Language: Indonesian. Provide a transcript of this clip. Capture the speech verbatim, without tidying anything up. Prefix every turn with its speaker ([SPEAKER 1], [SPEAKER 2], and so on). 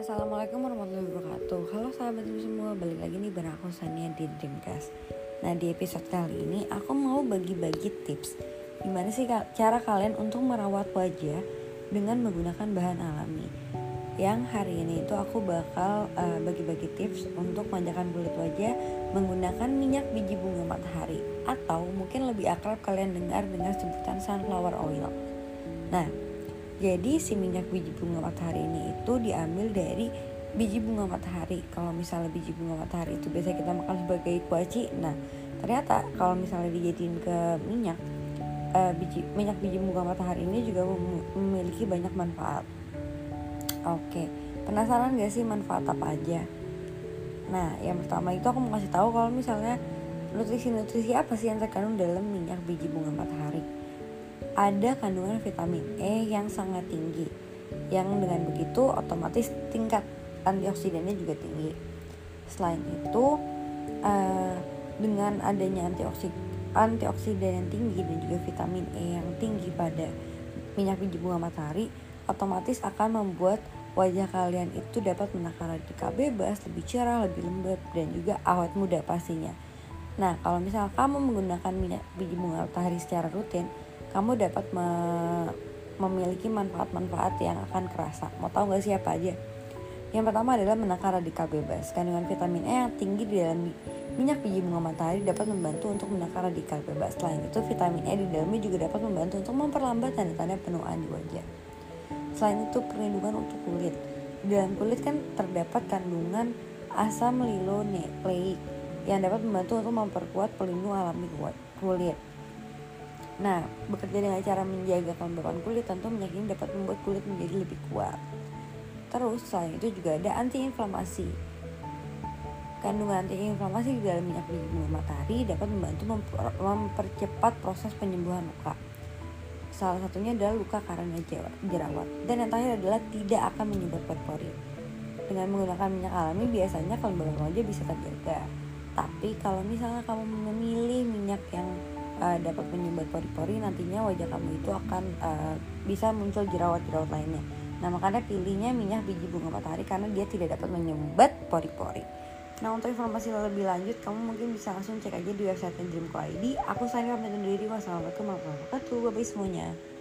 [SPEAKER 1] Assalamualaikum warahmatullahi wabarakatuh. Halo sahabat semua, balik lagi nih bareng aku Sania di Dreamcast. Nah di episode kali ini aku mau bagi-bagi tips gimana sih cara kalian untuk merawat wajah dengan menggunakan bahan alami. Yang hari ini itu aku bakal uh, bagi-bagi tips untuk memanjakan kulit wajah menggunakan minyak biji bunga matahari, atau mungkin lebih akrab kalian dengar dengan sebutan sunflower oil. Nah jadi si minyak biji bunga matahari ini itu diambil dari biji bunga matahari. Kalau misalnya biji bunga matahari itu biasa kita makan sebagai kuaci. Nah ternyata kalau misalnya dijadiin ke minyak, uh, biji, minyak biji bunga matahari ini juga memiliki banyak manfaat. Oke, penasaran gak sih manfaat apa aja? Nah yang pertama itu aku mau kasih tahu kalau misalnya nutrisi-nutrisi apa sih yang terkandung dalam minyak biji bunga matahari. Ada kandungan vitamin E yang sangat tinggi, yang dengan begitu otomatis tingkat antioksidannya juga tinggi. Selain itu uh, dengan adanya antioksidan, antioksidan yang tinggi dan juga vitamin E yang tinggi pada minyak biji bunga matahari, otomatis akan membuat wajah kalian itu dapat menakar radikal bebas, lebih cerah, lebih lembut, dan juga awet muda pastinya. Nah kalau misalnya kamu menggunakan minyak biji bunga matahari secara rutin, kamu dapat me- memiliki manfaat-manfaat yang akan kerasa. Mau tahu gak sih apa aja? Yang pertama adalah menakar radikal bebas. Kandungan vitamin E yang tinggi di dalam minyak biji bunga matahari dapat membantu untuk menakar radikal bebas. Selain itu, vitamin E di dalamnya juga dapat membantu untuk memperlambat tanda-tanda penuaan di wajah. Selain itu, perlindungan untuk kulit. Di dalam kulit kan terdapat kandungan asam linoleik yang dapat membantu untuk memperkuat pelindung alami kulit. Nah, bekerja dengan cara menjaga kelembapan kulit, tentu minyak ini dapat membuat kulit menjadi lebih kuat. Terus, selain itu juga ada antiinflamasi. Kandungan antiinflamasi di dalam minyak biji bunga matahari dapat membantu memper- mempercepat proses penyembuhan luka. Salah satunya adalah luka karena jerawat. Dan yang terakhir adalah tidak akan menyebabkan pori-pori. Dengan menggunakan minyak alami, biasanya kelembapan wajah bisa terjaga. Tapi kalau misalnya kamu memilih minyak yang Uh, dapat menyumbat pori-pori, nantinya wajah kamu itu akan uh, bisa muncul jerawat-jerawat lainnya. Nah makanya pilihnya minyak biji bunga matahari karena dia tidak dapat menyumbat pori-pori. Nah untuk informasi lebih lanjut kamu mungkin bisa langsung cek aja di website Dreamco dot I D. Aku Sani pamit undur diri. Wassalamualaikum warahmatullahi wabarakatuh. Bye bye semuanya.